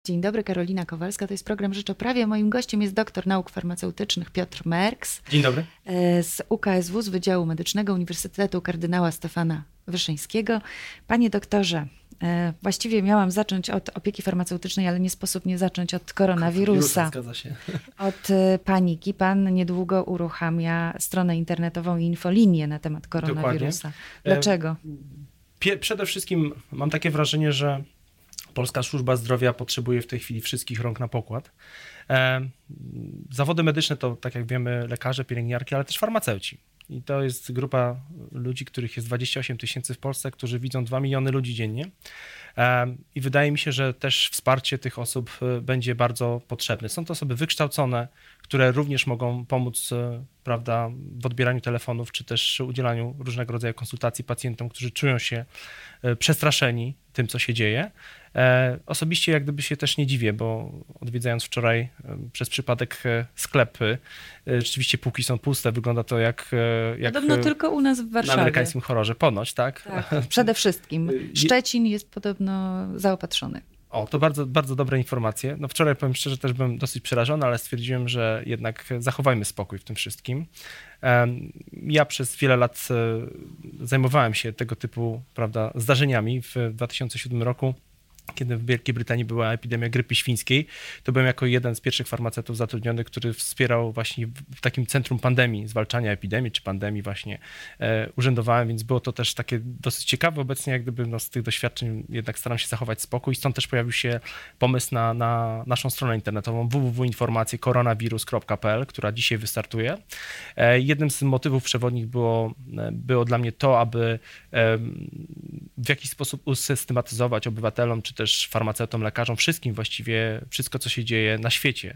Dzień dobry, Karolina Kowalska, to jest program Rzecz o Prawie. Moim gościem jest doktor nauk farmaceutycznych Piotr Merks. Dzień dobry. Z UKSW, z Wydziału Medycznego Uniwersytetu Kardynała Stefana Wyszyńskiego. Panie doktorze, właściwie miałam zacząć od opieki farmaceutycznej, ale nie sposób nie zacząć od koronawirusa. Zgadza się. Od paniki. Pan niedługo uruchamia stronę internetową i infolinię na temat koronawirusa. Dokładnie. Dlaczego? Przede wszystkim mam takie wrażenie, że polska służba zdrowia potrzebuje w tej chwili wszystkich rąk na pokład. Zawody medyczne to, tak jak wiemy, lekarze, pielęgniarki, ale też farmaceuci. I to jest grupa ludzi, których jest 28 000 w Polsce, którzy widzą 2 miliony ludzi dziennie. I wydaje mi się, że też wsparcie tych osób będzie bardzo potrzebne. Są to osoby wykształcone, które również mogą pomóc, prawda, w odbieraniu telefonów, czy też udzielaniu różnego rodzaju konsultacji pacjentom, którzy czują się przestraszeni tym, co się dzieje. Osobiście jak gdyby się też nie dziwię, bo odwiedzając wczoraj przez przypadek sklepy, rzeczywiście półki są puste, wygląda to jak Podobno tylko u nas w Warszawie. Na amerykańskim horrorze, ponoć, tak? Tak, przede wszystkim. Szczecin jest podobno zaopatrzony. O, to bardzo, bardzo dobre informacje. No wczoraj, powiem szczerze, też byłem dosyć przerażony, ale stwierdziłem, że jednak zachowajmy spokój w tym wszystkim. Ja przez wiele lat zajmowałem się tego typu, prawda, zdarzeniami. W 2007 roku, kiedy w Wielkiej Brytanii była epidemia grypy świńskiej, to byłem jako jeden z pierwszych farmaceutów zatrudniony, który wspierał właśnie w takim centrum pandemii, zwalczania epidemii czy pandemii właśnie urzędowałem, więc było to też takie dosyć ciekawe. Obecnie jak gdyby z tych doświadczeń jednak staram się zachować spokój. Stąd też pojawił się pomysł na naszą stronę internetową www.informacje-wirus.pl, która dzisiaj wystartuje. Jednym z motywów przewodnich było dla mnie to, aby w jakiś sposób usystematyzować obywatelom, czy też farmaceutom, lekarzom, wszystkim właściwie, wszystko, co się dzieje na świecie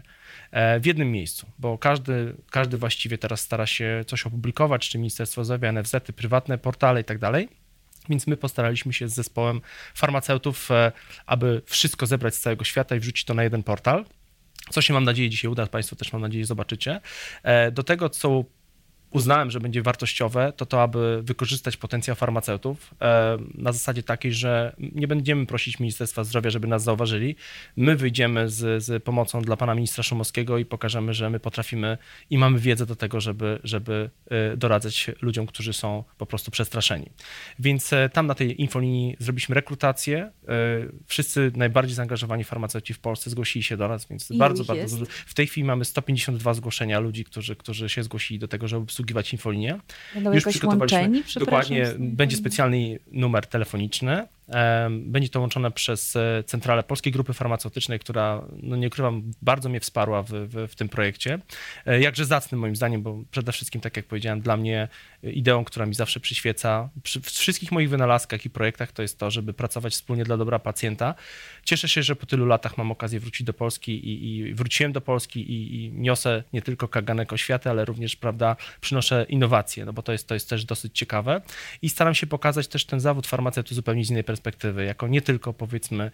w jednym miejscu, bo każdy właściwie teraz stara się coś opublikować, czy Ministerstwo Zdrowia, NFZ-y, prywatne portale i tak dalej. Więc my postaraliśmy się z zespołem farmaceutów, aby wszystko zebrać z całego świata i wrzucić to na jeden portal, co się, mam nadzieję, dzisiaj uda, Państwo też, mam nadzieję, zobaczycie. Do tego, co uznałem, że będzie wartościowe, to aby wykorzystać potencjał farmaceutów na zasadzie takiej, że nie będziemy prosić Ministerstwa Zdrowia, żeby nas zauważyli. My wyjdziemy z pomocą dla pana ministra Szumowskiego i pokażemy, że my potrafimy i mamy wiedzę do tego, żeby doradzać ludziom, którzy są po prostu przestraszeni. Więc tam na tej infolinii zrobiliśmy rekrutację. Wszyscy najbardziej zaangażowani farmaceuci w Polsce zgłosili się do nas, więc bardzo dużo. W tej chwili mamy 152 zgłoszenia ludzi, którzy się zgłosili do tego, żeby obsługiwać infolinię. Będą jakoś łączeni? Dokładnie, będzie specjalny numer telefoniczny. Będzie to łączone przez centralę Polskiej Grupy Farmaceutycznej, która, no nie ukrywam, bardzo mnie wsparła w tym projekcie. Jakże zacnym moim zdaniem, bo przede wszystkim, tak jak powiedziałem, dla mnie ideą, która mi zawsze przyświeca przy wszystkich moich wynalazkach i projektach, to jest to, żeby pracować wspólnie dla dobra pacjenta. Cieszę się, że po tylu latach mam okazję wrócić do Polski i wróciłem do Polski i niosę nie tylko kaganek oświaty, ale również, prawda, przynoszę innowacje, no bo to jest też dosyć ciekawe i staram się pokazać też ten zawód farmaceuty zupełnie z innej perspektywy, jako nie tylko, powiedzmy,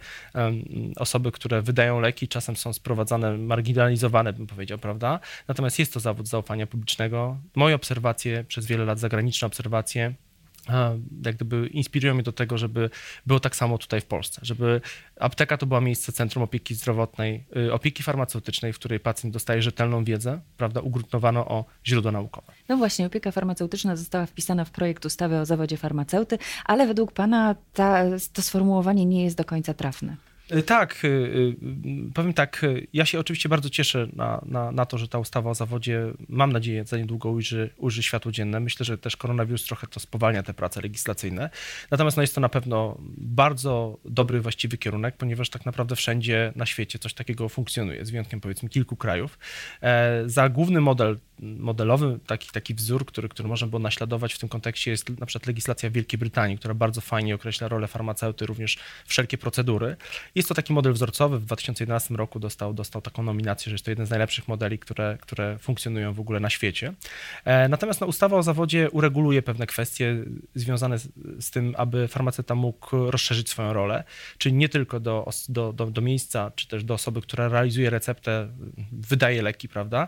osoby, które wydają leki, czasem są sprowadzane, marginalizowane, bym powiedział, prawda? Natomiast jest to zawód zaufania publicznego. Moje obserwacje przez wiele lat, zagraniczne obserwacje, jak gdyby inspirują mnie do tego, żeby było tak samo tutaj w Polsce, żeby apteka to była miejsce centrum opieki zdrowotnej, opieki farmaceutycznej, w której pacjent dostaje rzetelną wiedzę, prawda, ugruntowaną o źródła naukowe. No właśnie, opieka farmaceutyczna została wpisana w projekt ustawy o zawodzie farmaceuty, ale według pana to sformułowanie nie jest do końca trafne. Tak, powiem tak, ja się oczywiście bardzo cieszę na to, że ta ustawa o zawodzie, mam nadzieję, za niedługo ujrzy światło dzienne. Myślę, że też koronawirus trochę to spowalnia te prace legislacyjne. Natomiast no jest to na pewno bardzo dobry, właściwy kierunek, ponieważ tak naprawdę wszędzie na świecie coś takiego funkcjonuje, z wyjątkiem powiedzmy kilku krajów. Za główny modelowy, taki wzór, który można było naśladować w tym kontekście, jest na przykład legislacja Wielkiej Brytanii, która bardzo fajnie określa rolę farmaceuty, również wszelkie procedury. Jest to taki model wzorcowy. W 2011 roku dostał taką nominację, że jest to jeden z najlepszych modeli, które funkcjonują w ogóle na świecie. Natomiast no, ustawa o zawodzie ureguluje pewne kwestie związane z tym, aby farmaceuta mógł rozszerzyć swoją rolę, czyli nie tylko do miejsca, czy też do osoby, która realizuje receptę, wydaje leki, prawda,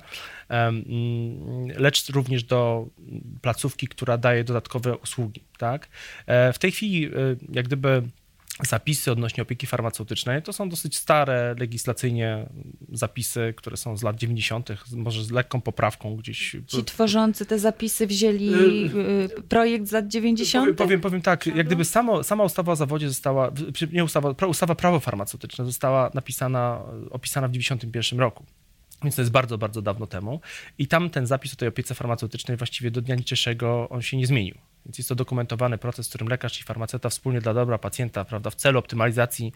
lecz również do placówki, która daje dodatkowe usługi, tak. W tej chwili jak gdyby zapisy odnośnie opieki farmaceutycznej to są dosyć stare legislacyjnie zapisy, które są z lat 90., może z lekką poprawką gdzieś. Ci tworzący te zapisy wzięli projekt z lat 90.? Powiem tak, jak gdyby sama ustawa o zawodzie została, nie ustawa prawo farmaceutyczne została opisana w 91 roku. Więc to jest bardzo, bardzo dawno temu. I tam ten zapis o tej opiece farmaceutycznej właściwie do dnia dzisiejszego on się nie zmienił. Więc jest to dokumentowany proces, w którym lekarz i farmaceuta wspólnie dla dobra pacjenta, prawda, w celu optymalizacji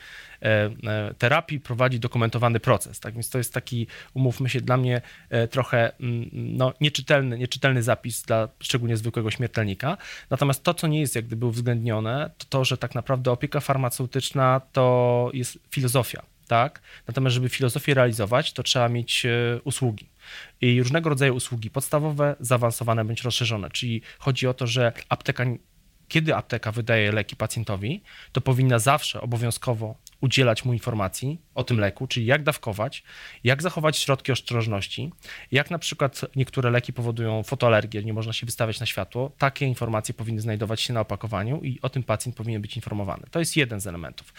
terapii prowadzi dokumentowany proces. Tak więc to jest taki, umówmy się, dla mnie trochę nieczytelny zapis dla szczególnie zwykłego śmiertelnika. Natomiast to, co nie jest jak gdyby uwzględnione, to, że tak naprawdę opieka farmaceutyczna to jest filozofia. Tak? Natomiast, żeby filozofię realizować, to trzeba mieć usługi. I różnego rodzaju usługi podstawowe, zaawansowane bądź rozszerzone. Czyli chodzi o to, że kiedy apteka wydaje leki pacjentowi, to powinna zawsze obowiązkowo udzielać mu informacji o tym leku, czyli jak dawkować, jak zachować środki ostrożności, jak na przykład niektóre leki powodują fotoalergię, nie można się wystawiać na światło, takie informacje powinny znajdować się na opakowaniu i o tym pacjent powinien być informowany. To jest jeden z elementów.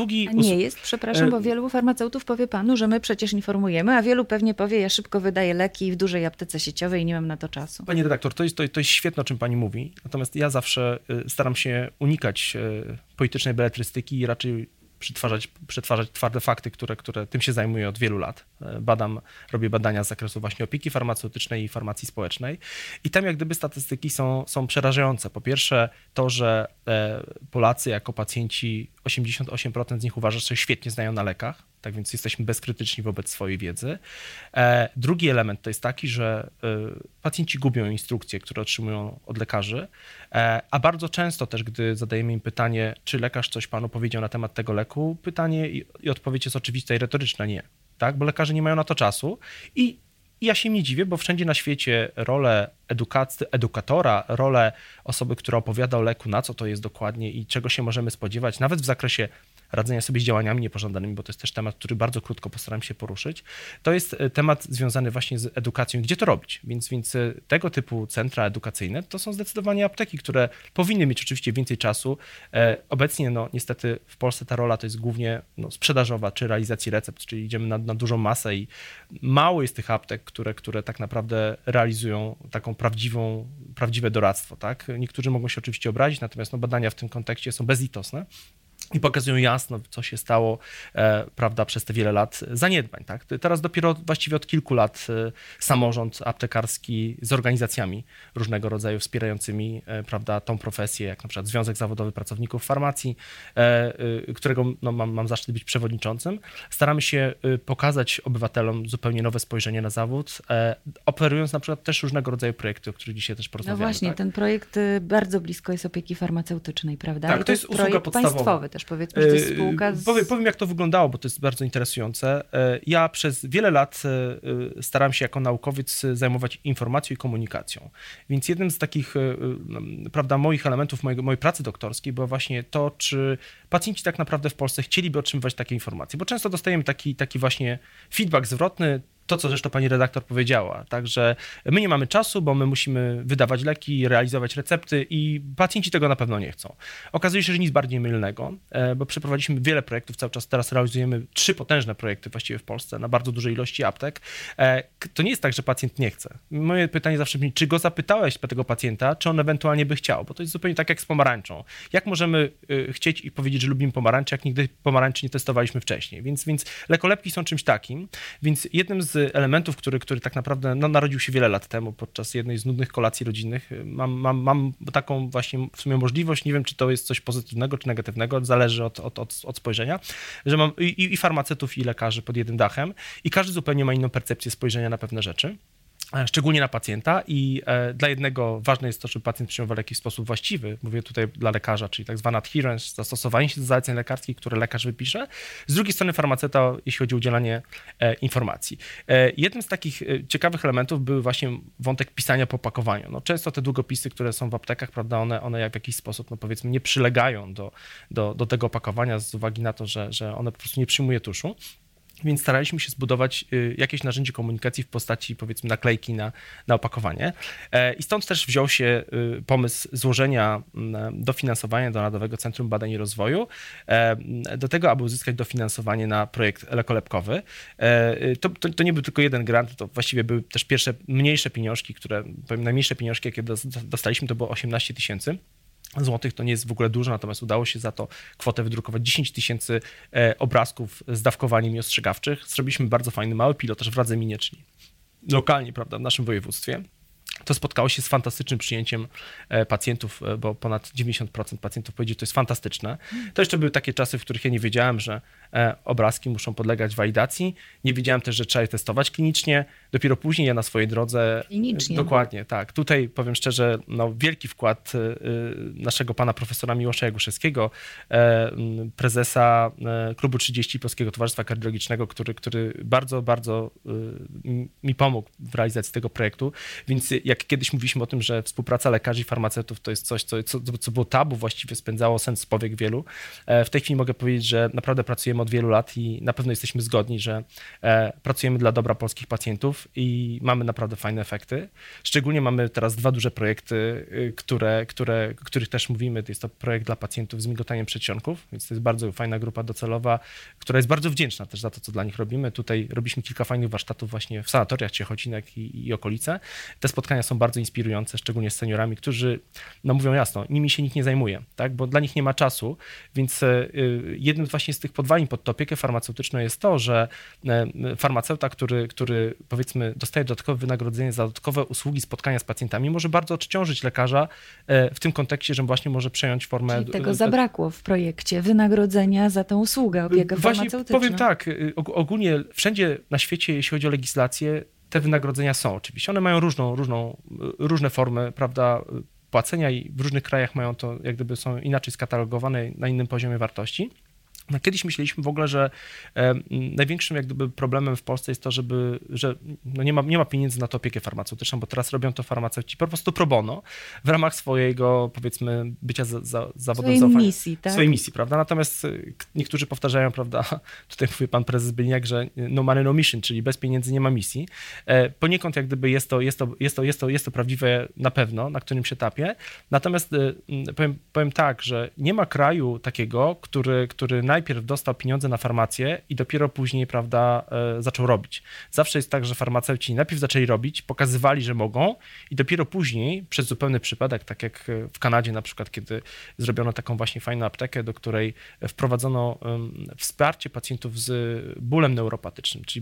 Przepraszam, bo wielu farmaceutów powie panu, że my przecież informujemy, a wielu pewnie powie, ja szybko wydaję leki w dużej aptece sieciowej i nie mam na to czasu. Pani redaktor, to jest świetne, o czym pani mówi, natomiast ja zawsze staram się unikać politycznej beletrystyki i raczej przetwarzać twarde fakty, które tym się zajmuję od wielu lat. Robię badania z zakresu właśnie opieki farmaceutycznej i farmacji społecznej i tam jak gdyby statystyki są przerażające. Po pierwsze to, że Polacy jako pacjenci, 88% z nich uważa, że się świetnie znają na lekach, tak więc jesteśmy bezkrytyczni wobec swojej wiedzy. Drugi element to jest taki, że pacjenci gubią instrukcje, które otrzymują od lekarzy, a bardzo często też, gdy zadajemy im pytanie, czy lekarz coś panu powiedział na temat tego leku, pytanie i odpowiedź jest oczywista i retoryczna, nie. Tak? Bo lekarze nie mają na to czasu i ja się nie dziwię, bo wszędzie na świecie rolę edukatora, rolę osoby, która opowiada o leku, na co to jest dokładnie i czego się możemy spodziewać, nawet w zakresie radzenia sobie z działaniami niepożądanymi, bo to jest też temat, który bardzo krótko postaram się poruszyć. To jest temat związany właśnie z edukacją, gdzie to robić. Więc tego typu centra edukacyjne to są zdecydowanie apteki, które powinny mieć oczywiście więcej czasu. Obecnie niestety w Polsce ta rola to jest głównie sprzedażowa czy realizacji recept, czyli idziemy na dużą masę i mało jest tych aptek, które tak naprawdę realizują taką prawdziwe doradztwo. Tak? Niektórzy mogą się oczywiście obrazić, natomiast badania w tym kontekście są bezlitosne. I pokazują jasno, co się stało, prawda, przez te wiele lat zaniedbań. Tak? Teraz dopiero właściwie od kilku lat samorząd aptekarski z organizacjami różnego rodzaju wspierającymi, prawda, tą profesję, jak na przykład Związek Zawodowy Pracowników Farmacji, którego mam zaszczyt być przewodniczącym, staramy się pokazać obywatelom zupełnie nowe spojrzenie na zawód, oferując na przykład też różnego rodzaju projekty, o których dzisiaj też porozmawiamy. No właśnie, tak? Ten projekt bardzo blisko jest opieki farmaceutycznej, prawda? Tak, to jest usługa podstawowa. Państwowy też, powiedzmy, że to jest spółka Powiem, jak to wyglądało, bo to jest bardzo interesujące. Ja przez wiele lat starałem się jako naukowiec zajmować informacją i komunikacją. Więc jednym z takich, prawda, moich elementów mojej pracy doktorskiej było właśnie to, czy pacjenci tak naprawdę w Polsce chcieliby otrzymywać takie informacje, bo często dostajemy taki właśnie feedback zwrotny, to, co zresztą pani redaktor powiedziała, także my nie mamy czasu, bo my musimy wydawać leki, realizować recepty i pacjenci tego na pewno nie chcą. Okazuje się, że nic bardziej mylnego, bo przeprowadziliśmy wiele projektów, cały czas teraz realizujemy 3 potężne projekty właściwie w Polsce na bardzo dużej ilości aptek. To nie jest tak, że pacjent nie chce. Moje pytanie zawsze brzmi, czy go zapytałeś tego pacjenta, czy on ewentualnie by chciał, bo to jest zupełnie tak jak z pomarańczą. Jak możemy chcieć i powiedzieć, że lubimy pomarańcze, jak nigdy pomarańczy nie testowaliśmy wcześniej, więc lekolepki są czymś takim, więc jednym z elementów, który tak naprawdę narodził się wiele lat temu podczas jednej z nudnych kolacji rodzinnych. Mam taką właśnie w sumie możliwość, nie wiem, czy to jest coś pozytywnego, czy negatywnego, zależy od spojrzenia, że mam i farmaceutów, i lekarzy pod jednym dachem i każdy zupełnie ma inną percepcję spojrzenia na pewne rzeczy. Szczególnie na pacjenta i dla jednego ważne jest to, żeby pacjent przyjmował leki w sposób właściwy. Mówię tutaj dla lekarza, czyli tak zwana adherence, zastosowanie się do zaleceń lekarskich, które lekarz wypisze. Z drugiej strony farmaceuta, jeśli chodzi o udzielanie informacji. Jednym z takich ciekawych elementów był właśnie wątek pisania po opakowaniu. No, często te długopisy, które są w aptekach, prawda, one w jakiś sposób, no powiedzmy, nie przylegają do tego opakowania z uwagi na to, że one po prostu nie przyjmuje tuszu. Więc staraliśmy się zbudować jakieś narzędzie komunikacji w postaci, powiedzmy, naklejki na opakowanie. I stąd też wziął się pomysł złożenia dofinansowania do Narodowego Centrum Badań i Rozwoju do tego, aby uzyskać dofinansowanie na projekt lekolepkowy. To nie był tylko jeden grant, to właściwie były też pierwsze mniejsze pieniążki, powiem, najmniejsze pieniążki, jakie dostaliśmy, to było 18 000 złotych. To nie jest w ogóle dużo, natomiast udało się za to kwotę wydrukować 10 000 obrazków z dawkowaniem i ostrzegawczych. Zrobiliśmy bardzo fajny mały pilotaż w Radzeminie, czyli lokalnie, prawda, w naszym województwie. To spotkało się z fantastycznym przyjęciem pacjentów, bo ponad 90% pacjentów powiedzieli, że to jest fantastyczne. To jeszcze były takie czasy, w których ja nie wiedziałem, że obrazki muszą podlegać walidacji. Nie wiedziałem też, że trzeba je testować klinicznie. Dopiero później ja na swojej drodze... Klinicznie. Dokładnie, tak. Tutaj powiem szczerze, wielki wkład naszego pana profesora Miłosza Jaguszewskiego, prezesa Klubu 30 Polskiego Towarzystwa Kardiologicznego, który bardzo, bardzo mi pomógł w realizacji tego projektu. Więc jak kiedyś mówiliśmy o tym, że współpraca lekarzy i farmaceutów to jest coś, co było tabu, właściwie spędzało sens z powiek wielu. W tej chwili mogę powiedzieć, że naprawdę pracujemy od wielu lat i na pewno jesteśmy zgodni, że pracujemy dla dobra polskich pacjentów i mamy naprawdę fajne efekty. Szczególnie mamy teraz 2 duże projekty, o których też mówimy. To jest to projekt dla pacjentów z migotaniem przedsionków, więc to jest bardzo fajna grupa docelowa, która jest bardzo wdzięczna też za to, co dla nich robimy. Tutaj robiliśmy kilka fajnych warsztatów właśnie w sanatoriach Ciechocinek i okolice. Te spotkania są bardzo inspirujące, szczególnie z seniorami, którzy mówią jasno, nimi się nikt nie zajmuje, tak? Bo dla nich nie ma czasu, więc jednym właśnie z tych podwalin pod tę opiekę farmaceutyczną jest to, że farmaceuta, który powiedzmy dostaje dodatkowe wynagrodzenie za dodatkowe usługi spotkania z pacjentami, może bardzo odciążyć lekarza w tym kontekście, że właśnie może przejąć formę... Czyli tego zabrakło w projekcie, wynagrodzenia za tę usługę, opiekę farmaceutyczną. Powiem tak, ogólnie wszędzie na świecie, jeśli chodzi o legislację, te wynagrodzenia są oczywiście. One mają różne formy, prawda, płacenia i w różnych krajach mają to, jak gdyby są inaczej skatalogowane, na innym poziomie wartości. Kiedyś myśleliśmy w ogóle, że największym jak gdyby problemem w Polsce jest to, że nie ma pieniędzy na tę opiekę farmaceutyczną, bo teraz robią to farmaceuci po prostu pro bono, w ramach swojego, powiedzmy, bycia zawodowym zaufania. Misji, tak? Swojej misji, prawda? Natomiast niektórzy powtarzają, prawda, tutaj mówi pan prezes Byliak, że no money, no mission, czyli bez pieniędzy nie ma misji. Poniekąd jak gdyby jest to prawdziwe na pewno, na którymś etapie. Natomiast powiem tak, że nie ma kraju takiego, który najpierw dostał pieniądze na farmację i dopiero później, prawda, zaczął robić. Zawsze jest tak, że farmaceuci najpierw zaczęli robić, pokazywali, że mogą i dopiero później, przez zupełny przypadek, tak jak w Kanadzie na przykład, kiedy zrobiono taką właśnie fajną aptekę, do której wprowadzono wsparcie pacjentów z bólem neuropatycznym, czyli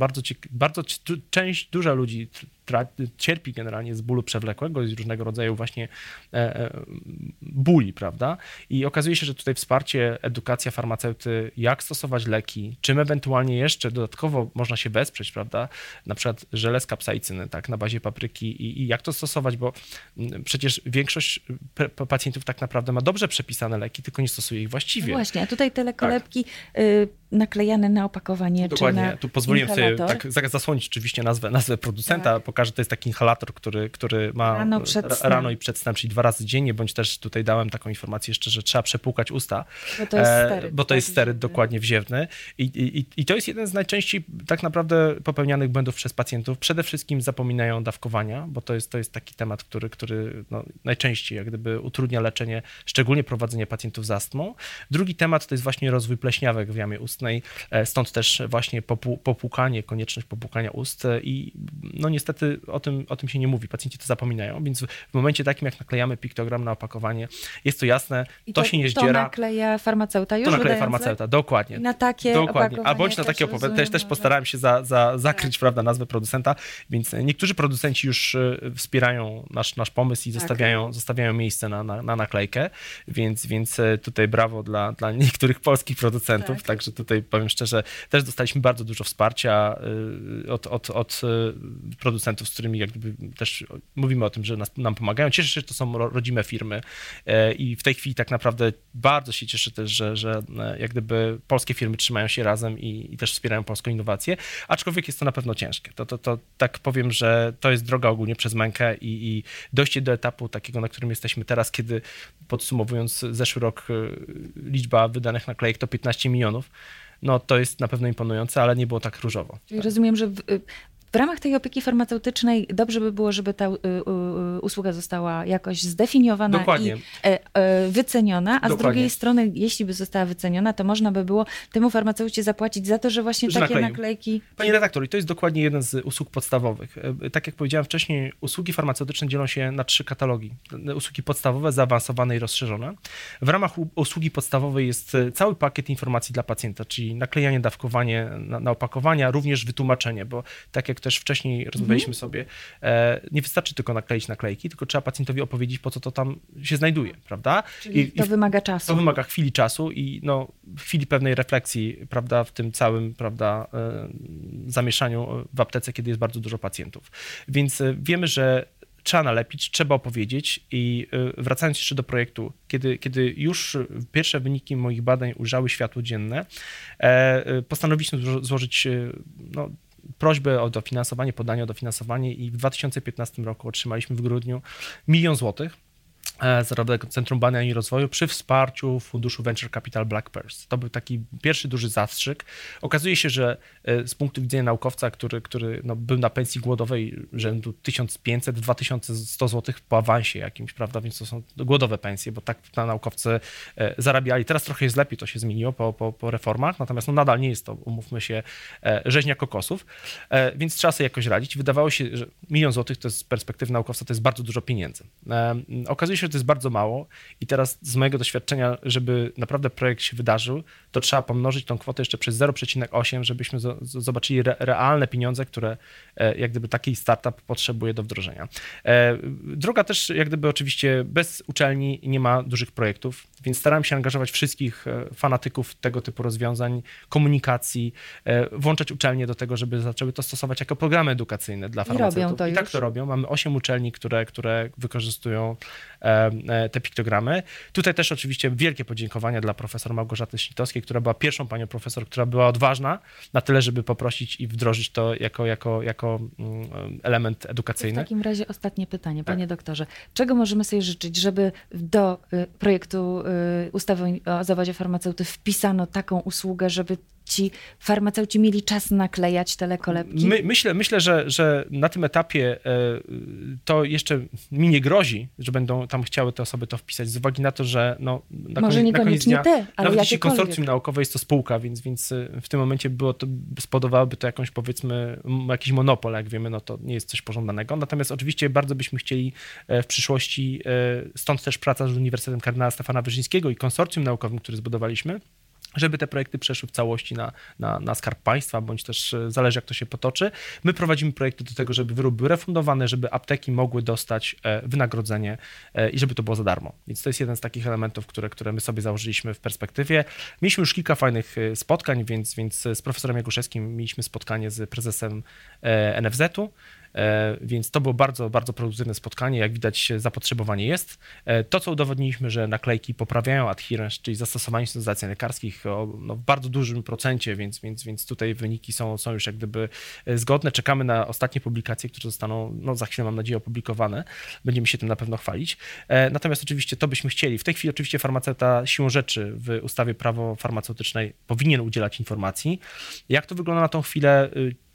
duża ludzi cierpi generalnie z bólu przewlekłego i z różnego rodzaju właśnie bóli, prawda? I okazuje się, że tutaj wsparcie, edukacja farmaceuty, jak stosować leki, czym ewentualnie jeszcze dodatkowo można się wesprzeć, prawda? Na przykład żele z kapsaicyny, tak, na bazie papryki i jak to stosować, bo przecież większość pacjentów tak naprawdę ma dobrze przepisane leki, tylko nie stosuje ich właściwie. No właśnie, a tutaj te lekolepki naklejane na opakowanie. Dokładnie, czy na tu pozwoliłem inhalator. sobie tak zasłonić oczywiście nazwę producenta, Tak. pokażę, to jest taki inhalator, który ma rano i przed snem, czyli 2 razy dziennie, bądź też tutaj dałem taką informację jeszcze, że trzeba przepłukać usta, Bo to jest steryt, dokładnie wziewny i to jest jeden z najczęściej tak naprawdę popełnianych błędów przez pacjentów. Przede wszystkim zapominają dawkowania, bo to jest taki temat, który najczęściej jak gdyby utrudnia leczenie, szczególnie prowadzenie pacjentów z astmą. Drugi temat to jest właśnie rozwój pleśniawek w jamie ustnej, stąd też właśnie konieczność popłukania ust i no niestety o tym się nie mówi, pacjenci to zapominają, więc w momencie takim, jak naklejamy piktogram na opakowanie, jest to jasne, to się nie zdziera. To nakleja farmaceuta już To nakleja wydający? farmaceuta, dokładnie. I na takie opakowanie A bądź na takie opakowanie, też postarałem się zakryć, prawda, nazwę producenta, więc niektórzy producenci już wspierają nasz pomysł i zostawiają miejsce na naklejkę, więc tutaj brawo dla niektórych polskich producentów, także tutaj powiem szczerze, też dostaliśmy bardzo dużo wsparcia od producentów producentów, z którymi jak gdyby też mówimy o tym, że nam pomagają. Cieszę się, że to są rodzime firmy i w tej chwili tak naprawdę bardzo się cieszę też, że jak gdyby polskie firmy trzymają się razem i też wspierają polską innowację, aczkolwiek jest to na pewno ciężkie. To tak powiem, że to jest droga ogólnie przez mękę i dojście do etapu takiego, na którym jesteśmy teraz, kiedy podsumowując zeszły rok liczba wydanych naklejek to 15 milionów, no to jest na pewno imponujące, ale nie było tak różowo. Czyli rozumiem, że w ramach tej opieki farmaceutycznej dobrze by było, żeby ta usługa została jakoś zdefiniowana Dokładnie. i wyceniona, a z drugiej strony, jeśli by została wyceniona, to można by było temu farmaceucie zapłacić za to, że właśnie takie naklejki... Pani redaktor, i to jest dokładnie jeden z usług podstawowych. Tak jak powiedziałem wcześniej, usługi farmaceutyczne dzielą się na 3 katalogi. Usługi podstawowe, zaawansowane i rozszerzone. W ramach usługi podstawowej jest cały pakiet informacji dla pacjenta, czyli naklejanie, dawkowanie na opakowania, również wytłumaczenie, bo tak jak też wcześniej rozmawialiśmy sobie, nie wystarczy tylko nakleić naklejki, tylko trzeba pacjentowi opowiedzieć, po co to tam się znajduje, prawda? Czyli to wymaga czasu. To wymaga chwili czasu i chwili pewnej refleksji, prawda, w tym całym, prawda, zamieszaniu w aptece, kiedy jest bardzo dużo pacjentów. Więc wiemy, że trzeba nalepić, trzeba opowiedzieć i wracając jeszcze do projektu, kiedy już pierwsze wyniki moich badań ujrzały światło dzienne, postanowiliśmy złożyć prośbę o dofinansowanie, podanie o dofinansowanie i w 2015 roku otrzymaliśmy w grudniu 1 000 000 złotych z Narodowego Centrum Badań i Rozwoju przy wsparciu funduszu Venture Capital Black Pearls. To był taki pierwszy duży zastrzyk. Okazuje się, że z punktu widzenia naukowca, który był na pensji głodowej rzędu 1500-2100 zł po awansie jakimś, prawda, więc to są głodowe pensje, bo tak na naukowcy zarabiali. Teraz trochę jest lepiej, to się zmieniło po reformach, natomiast nadal nie jest to, umówmy się, rzeźnia kokosów, więc trzeba sobie jakoś radzić. Wydawało się, że 1 000 000 złotych to jest z perspektywy naukowca to jest bardzo dużo pieniędzy. Okazuje się, że to jest bardzo mało i teraz z mojego doświadczenia, żeby naprawdę projekt się wydarzył, to trzeba pomnożyć tą kwotę jeszcze przez 0,8, żebyśmy zobaczyli realne pieniądze, które jak gdyby taki startup potrzebuje do wdrożenia. Droga też jak gdyby oczywiście bez uczelni nie ma dużych projektów, więc starałem się angażować wszystkich fanatyków tego typu rozwiązań, komunikacji, włączać uczelnie do tego, żeby zaczęły to stosować jako programy edukacyjne dla farmaceutów. I robią to już. I tak to robią. Mamy 8 uczelni, które wykorzystują te piktogramy. Tutaj też oczywiście wielkie podziękowania dla profesor Małgorzaty Śnitowskiej, która była pierwszą panią profesor, która była odważna na tyle, żeby poprosić i wdrożyć to jako element edukacyjny. W takim razie ostatnie pytanie, panie doktorze. Czego możemy sobie życzyć, żeby do projektu ustawy o zawodzie farmaceuty wpisano taką usługę, żeby ci farmaceuci mieli czas naklejać te lekolepki? Myślę, że na tym etapie to jeszcze mi nie grozi, że będą tam chciały te osoby to wpisać, z uwagi na to, że może niekoniecznie te, ale nawet jeśli jakiekolwiek. konsorcjum naukowe jest to spółka, więc w tym momencie spowodowałoby to jakąś, powiedzmy, jakiś monopol, jak wiemy, to nie jest coś pożądanego. Natomiast oczywiście bardzo byśmy chcieli w przyszłości, stąd też praca z Uniwersytetem Kardynała Stefana Wyszyńskiego i konsorcjum naukowym, który zbudowaliśmy, żeby te projekty przeszły w całości na Skarb Państwa, bądź też zależy jak to się potoczy. My prowadzimy projekty do tego, żeby wyrób był refundowany, żeby apteki mogły dostać wynagrodzenie i żeby to było za darmo. Więc to jest jeden z takich elementów, które my sobie założyliśmy w perspektywie. Mieliśmy już kilka fajnych spotkań, więc z profesorem Jaguszewskim mieliśmy spotkanie z prezesem NFZ-u, więc to było bardzo, bardzo produktywne spotkanie. Jak widać, zapotrzebowanie jest. To, co udowodniliśmy, że naklejki poprawiają adherence, czyli zastosowanie stosowań lekarskich w bardzo dużym procencie, więc tutaj wyniki są już jak gdyby zgodne. Czekamy na ostatnie publikacje, które zostaną za chwilę, mam nadzieję, opublikowane. Będziemy się tym na pewno chwalić. Natomiast oczywiście to byśmy chcieli. W tej chwili oczywiście farmaceuta siłą rzeczy w ustawie prawo farmaceutyczne powinien udzielać informacji. Jak to wygląda na tą chwilę?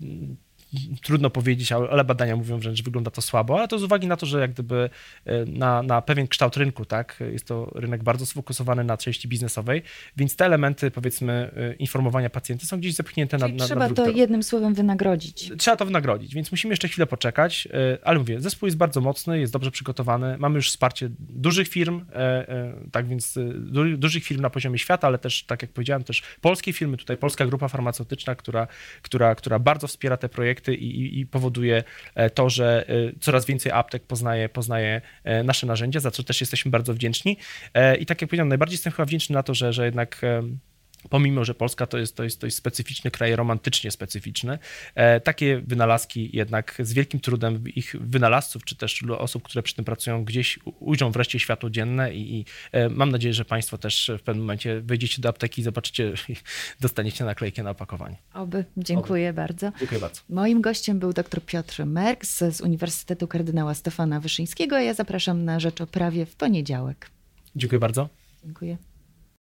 Trudno powiedzieć, ale badania mówią, że wygląda to słabo, ale to z uwagi na to, że jak gdyby na pewien kształt rynku, tak, jest to rynek bardzo sfokusowany na części biznesowej, więc te elementy, powiedzmy, informowania pacjenta są gdzieś zepchnięte na trzeba to jednym słowem wynagrodzić. Trzeba to wynagrodzić, więc musimy jeszcze chwilę poczekać, ale mówię, zespół jest bardzo mocny, jest dobrze przygotowany, mamy już wsparcie dużych firm, tak więc dużych firm na poziomie świata, ale też, tak jak powiedziałem, też polskie firmy, tutaj Polska Grupa Farmaceutyczna, która bardzo wspiera te projekty i powoduje to, że coraz więcej aptek poznaje nasze narzędzia, za co też jesteśmy bardzo wdzięczni. I tak jak powiedziałem, najbardziej jestem chyba wdzięczny na to, że jednak pomimo że Polska to jest specyficzny kraj, romantycznie specyficzny, takie wynalazki jednak z wielkim trudem ich wynalazców, czy też osób, które przy tym pracują, gdzieś ujrzą wreszcie światło dzienne i mam nadzieję, że Państwo też w pewnym momencie wejdziecie do apteki i zobaczycie, dostaniecie naklejkę na opakowanie. Oby. Dziękuję bardzo. Dziękuję bardzo. Moim gościem był dr Piotr Merks z Uniwersytetu Kardynała Stefana Wyszyńskiego, a ja zapraszam na Rzecz o Prawie w poniedziałek. Dziękuję bardzo. Dziękuję.